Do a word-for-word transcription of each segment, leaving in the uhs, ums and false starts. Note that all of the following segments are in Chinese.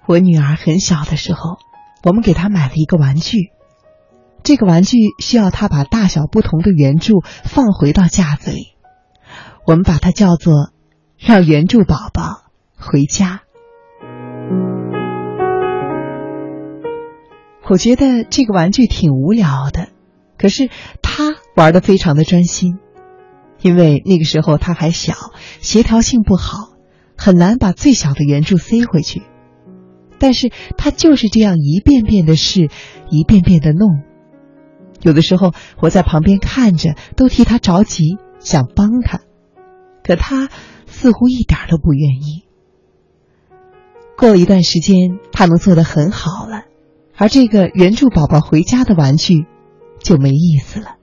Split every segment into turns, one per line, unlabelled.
我女儿很小的时候，我们给她买了一个玩具，这个玩具需要她把大小不同的圆柱放回到架子里，我们把它叫做让圆柱宝宝回家。我觉得这个玩具挺无聊的，可是她玩得非常的专心，因为那个时候她还小，协调性不好，很难把最小的圆柱塞回去。但是她就是这样一遍遍的试，一遍遍的弄。有的时候我在旁边看着，都替她着急，想帮她，可她似乎一点都不愿意。过了一段时间，她能做得很好了，而这个圆柱宝宝回家的玩具就没意思了。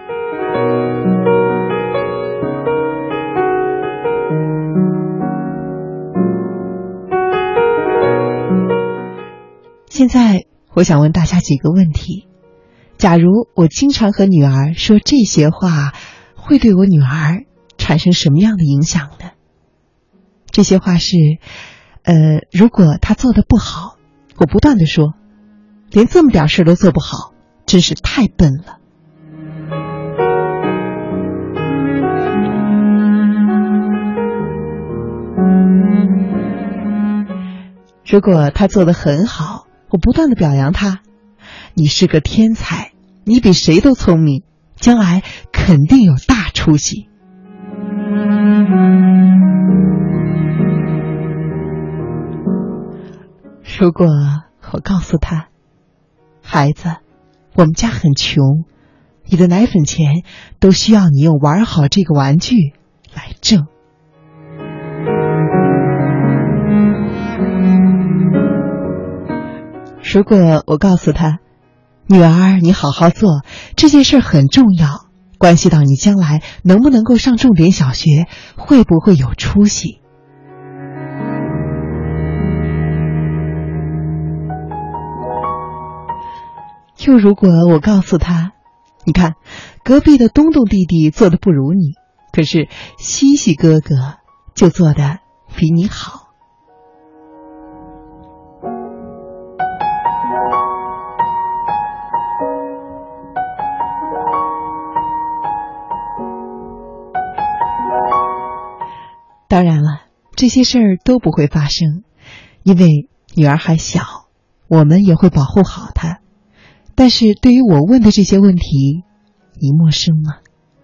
现在我想问大家几个问题。假如我经常和女儿说这些话，会对我女儿产生什么样的影响呢？这些话是呃，如果她做得不好，我不断地说，连这么点事都做不好，真是太笨了。如果她做得很好，我不断地表扬她，你是个天才，你比谁都聪明，将来肯定有大出息。如果我告诉她，孩子，我们家很穷，你的奶粉钱都需要你用玩好这个玩具来挣。如果我告诉她，女儿，你好好做，这件事很重要，关系到你将来能不能够上重点小学，会不会有出息。又如果我告诉她，你看，隔壁的东东弟弟做得不如你，可是西西哥哥就做得比你好。当然了，这些事儿都不会发生，因为女儿还小，我们也会保护好她。但是对于我问的这些问题，你陌生吗？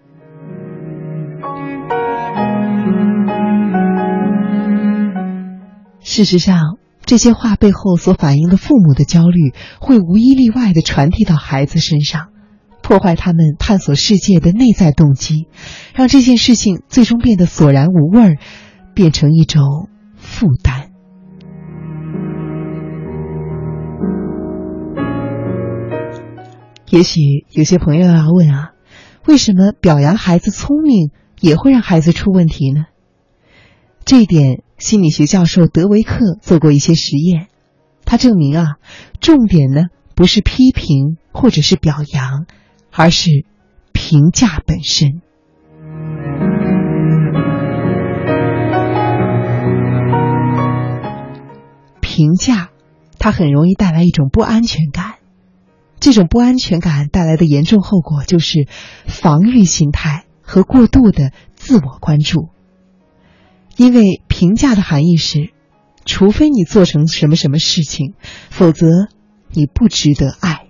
事实上，这些话背后所反映的父母的焦虑，会无一例外地传递到孩子身上，破坏他们探索世界的内在动机，让这件事情最终变得索然无味，变成一种负担。也许有些朋友要问啊，为什么表扬孩子聪明也会让孩子出问题呢？这一点心理学教授德维克做过一些实验，他证明啊，重点呢不是批评或者是表扬，而是评价本身。评价它很容易带来一种不安全感，这种不安全感带来的严重后果就是防御心态和过度的自我关注。因为评价的含义是，除非你做成什么什么事情，否则你不值得爱。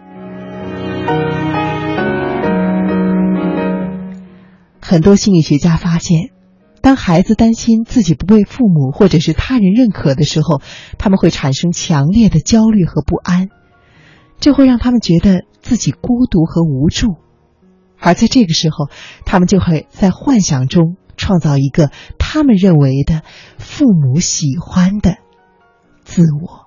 很多心理学家发现，当孩子担心自己不被父母或者是他人认可的时候，他们会产生强烈的焦虑和不安，这会让他们觉得自己孤独和无助，而在这个时候，他们就会在幻想中创造一个他们认为的父母喜欢的自我。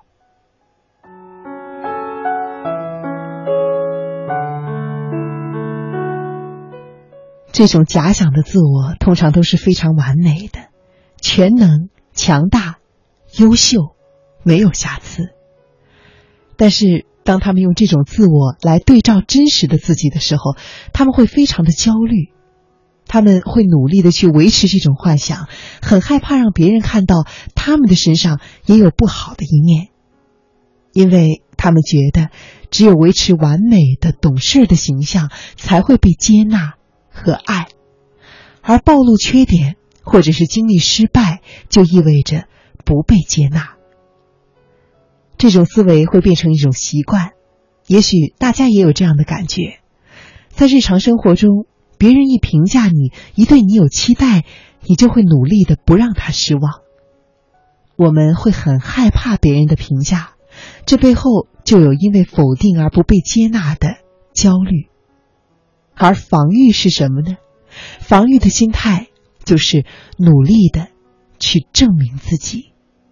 这种假想的自我通常都是非常完美的，全能、强大、优秀，没有瑕疵。但是当他们用这种自我来对照真实的自己的时候，他们会非常的焦虑，他们会努力的去维持这种幻想，很害怕让别人看到他们的身上也有不好的一面， 因为他们觉得只有维持完美的懂事的形象才会被接纳和爱，而暴露缺点或者是经历失败就意味着不被接纳。这种思维会变成一种习惯，也许大家也有这样的感觉。在日常生活中，别人一评价你，一对你有期待，你就会努力的不让他失望。我们会很害怕别人的评价，这背后就有因为否定而不被接纳的焦虑。而防御是什么呢？防御的心态就是努力的去证明自己。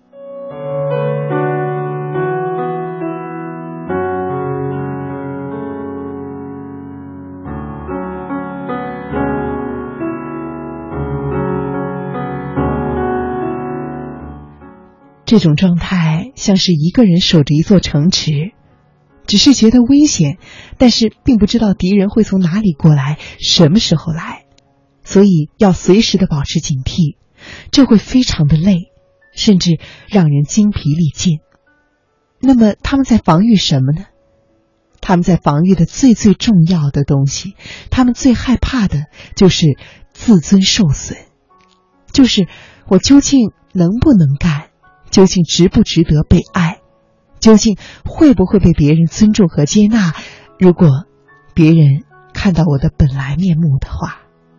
这种状态像是一个人守着一座城池，只是觉得危险，但是并不知道敌人会从哪里过来，什么时候来，所以要随时的保持警惕，这会非常的累，甚至让人精疲力尽。那么他们在防御什么呢？他们在防御的最最重要的东西，他们最害怕的就是自尊受损，就是我究竟能不能干，究竟值不值得被爱，究竟会不会被别人尊重和接纳，如果别人看到我的本来面目的话。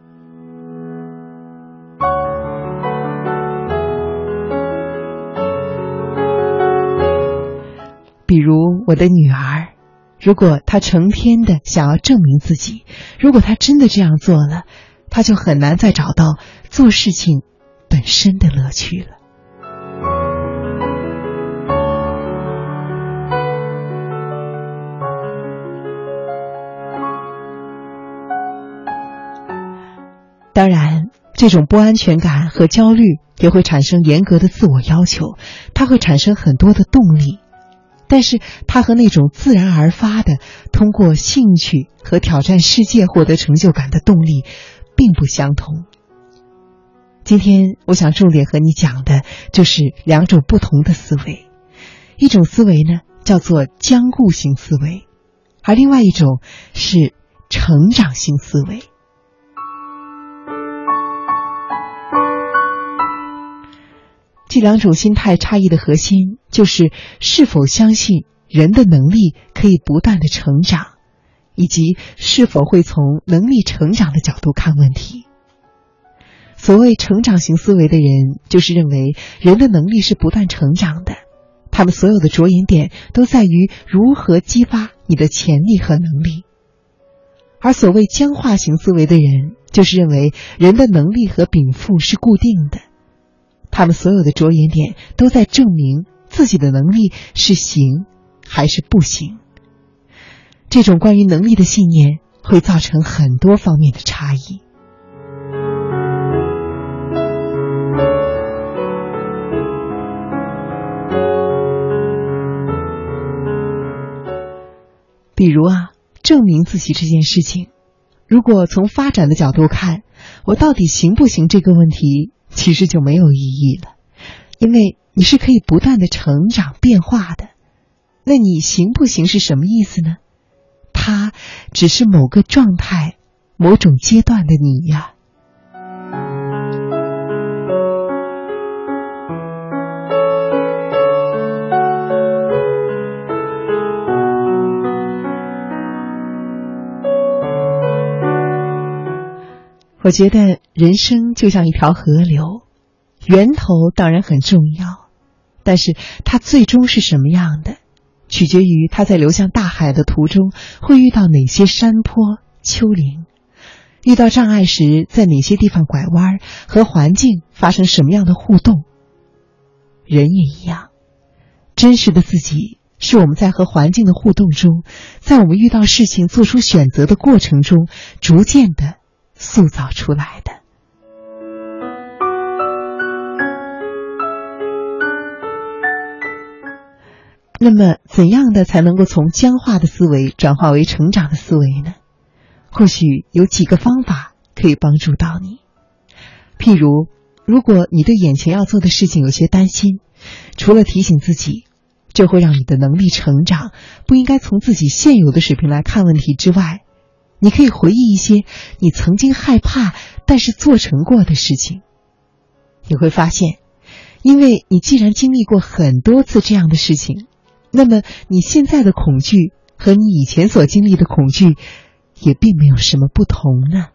比如我的女儿，如果她成天的想要证明自己，如果她真的这样做了，她就很难再找到做事情本身的乐趣了。当然，这种不安全感和焦虑也会产生严格的自我要求，它会产生很多的动力，但是它和那种自然而发的通过兴趣和挑战世界获得成就感的动力并不相同。今天我想重点和你讲的就是两种不同的思维，一种思维呢叫做僵固型思维，而另外一种是成长性思维。这两种心态差异的核心就是是否相信人的能力可以不断的成长，以及是否会从能力成长的角度看问题。所谓成长型思维的人，就是认为人的能力是不断成长的，他们所有的着眼点都在于如何激发你的潜力和能力。而所谓僵化型思维的人，就是认为人的能力和禀赋是固定的，他们所有的着眼点都在证明自己的能力是行还是不行。这种关于能力的信念会造成很多方面的差异。比如啊，证明自己这件事情，如果从发展的角度看，我到底行不行这个问题其实就没有意义了，因为你是可以不断的成长变化的。那你行不行是什么意思呢？它只是某个状态某种阶段的你呀。我觉得人生就像一条河流，源头当然很重要，但是它最终是什么样的，取决于它在流向大海的途中会遇到哪些山坡丘陵，遇到障碍时在哪些地方拐弯，和环境发生什么样的互动。人也一样，真实的自己是我们在和环境的互动中，在我们遇到事情做出选择的过程中逐渐的塑造出来的。那么怎样的才能够从僵化的思维转化为成长的思维呢？或许有几个方法可以帮助到你。譬如，如果你对眼前要做的事情有些担心，除了提醒自己这会让你的能力成长，不应该从自己现有的水平来看问题之外，你可以回忆一些你曾经害怕但是做成过的事情。你会发现，因为你既然经历过很多次这样的事情，那么你现在的恐惧和你以前所经历的恐惧也并没有什么不同呢。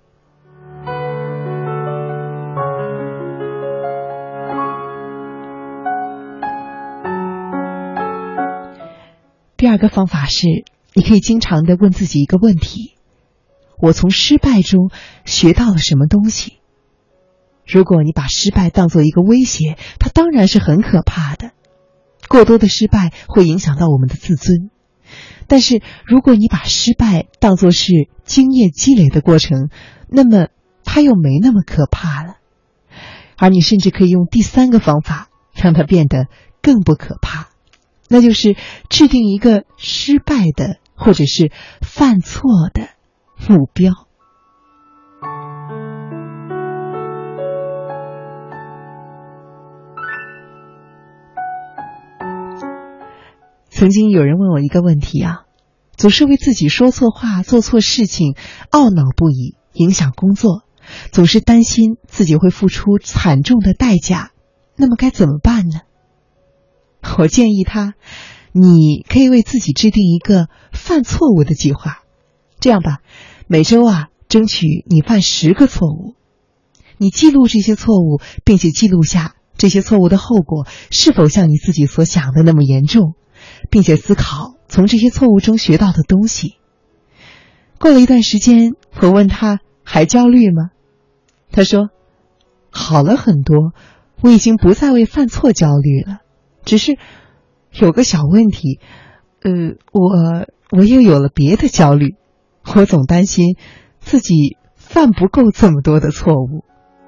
第二个方法是，你可以经常地问自己一个问题：我从失败中学到了什么东西？如果你把失败当作一个威胁，它当然是很可怕的。过多的失败会影响到我们的自尊。但是如果你把失败当作是经验积累的过程，那么它又没那么可怕了。而你甚至可以用第三个方法让它变得更不可怕，那就是制定一个失败的或者是犯错的目标。曾经有人问我一个问题啊，总是为自己说错话、做错事情懊恼不已，影响工作，总是担心自己会付出惨重的代价，那么该怎么办呢？我建议他，你可以为自己制定一个犯错误的计划。这样吧，每周啊，争取你犯十个错误，你记录这些错误，并且记录下这些错误的后果是否像你自己所想的那么严重，并且思考从这些错误中学到的东西。过了一段时间，我问他还焦虑吗？他说好了很多，我已经不再为犯错焦虑了，只是有个小问题，呃，我我也有了别的焦虑，我总担心自己犯不够这么多的错误。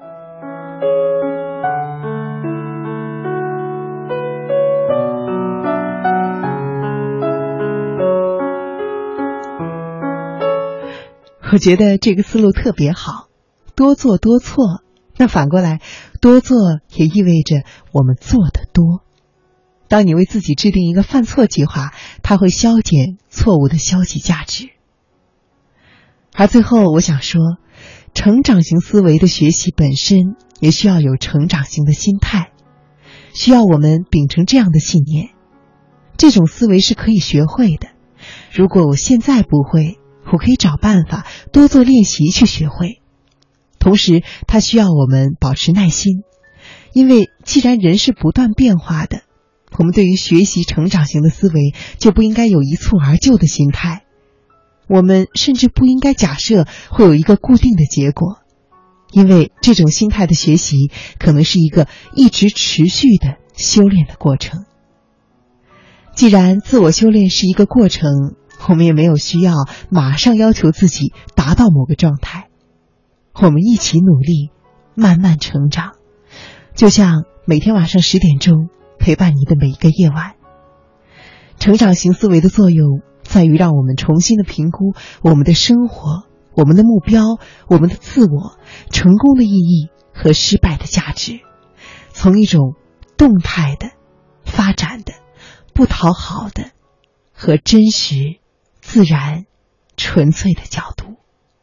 我觉得这个思路特别好，多做多错，那反过来多做也意味着我们做得多。当你为自己制定一个犯错计划，它会消减错误的消极价值。而最后我想说，成长型思维的学习本身也需要有成长型的心态，需要我们秉承这样的信念，这种思维是可以学会的。如果我现在不会，我可以找办法多做练习去学会。同时它需要我们保持耐心，因为既然人是不断变化的，我们对于学习成长型的思维就不应该有一蹴而就的心态，我们甚至不应该假设会有一个固定的结果，因为这种心态的学习可能是一个一直持续的修炼的过程。既然自我修炼是一个过程，我们也没有需要马上要求自己达到某个状态，我们一起努力，慢慢成长，就像每天晚上十点钟陪伴你的每一个夜晚。成长型思维的作用在于让我们重新的评估我们的生活、我们的目标、我们的自我、成功的意义和失败的价值，从一种动态的、发展的、不讨好的和真实、自然、纯粹的角度。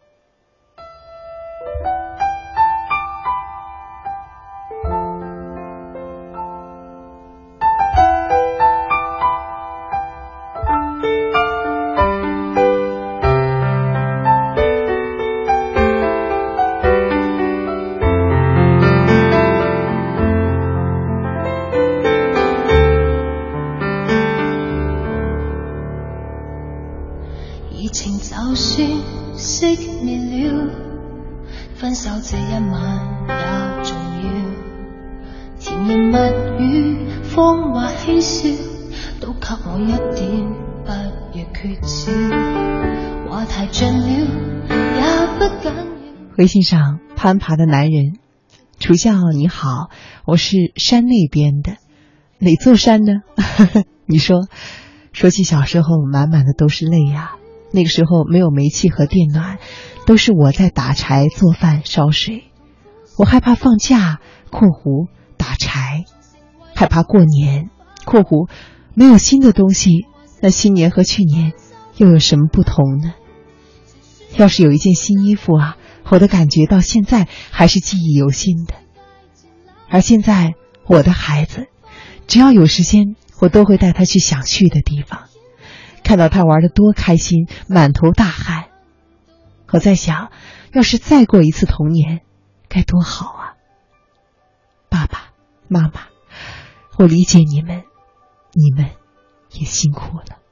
分手這一晚也重要，甜言蜜語謊話嬉笑，都給我一點，不如缺少，話題盡了也不緊要。
微信上攀爬的男人，楚笑你好，我是山那邊的，哪座山呢？你說說起小時候滿滿的都是淚呀、啊，那個時候沒有煤氣和電暖，都是我在打柴做飯燒水。我害怕放假（括弧打柴），害怕過年（括弧没有新的东西，那新年和去年又有什么不同呢？要是有一件新衣服啊，我的感觉到现在还是记忆犹新的。而现在我的孩子，只要有时间，我都会带他去想去的地方，看到他玩得多开心，满头大汗。我在想，要是再过一次童年，该多好啊！爸爸妈妈，我理解你们，你们也辛苦了。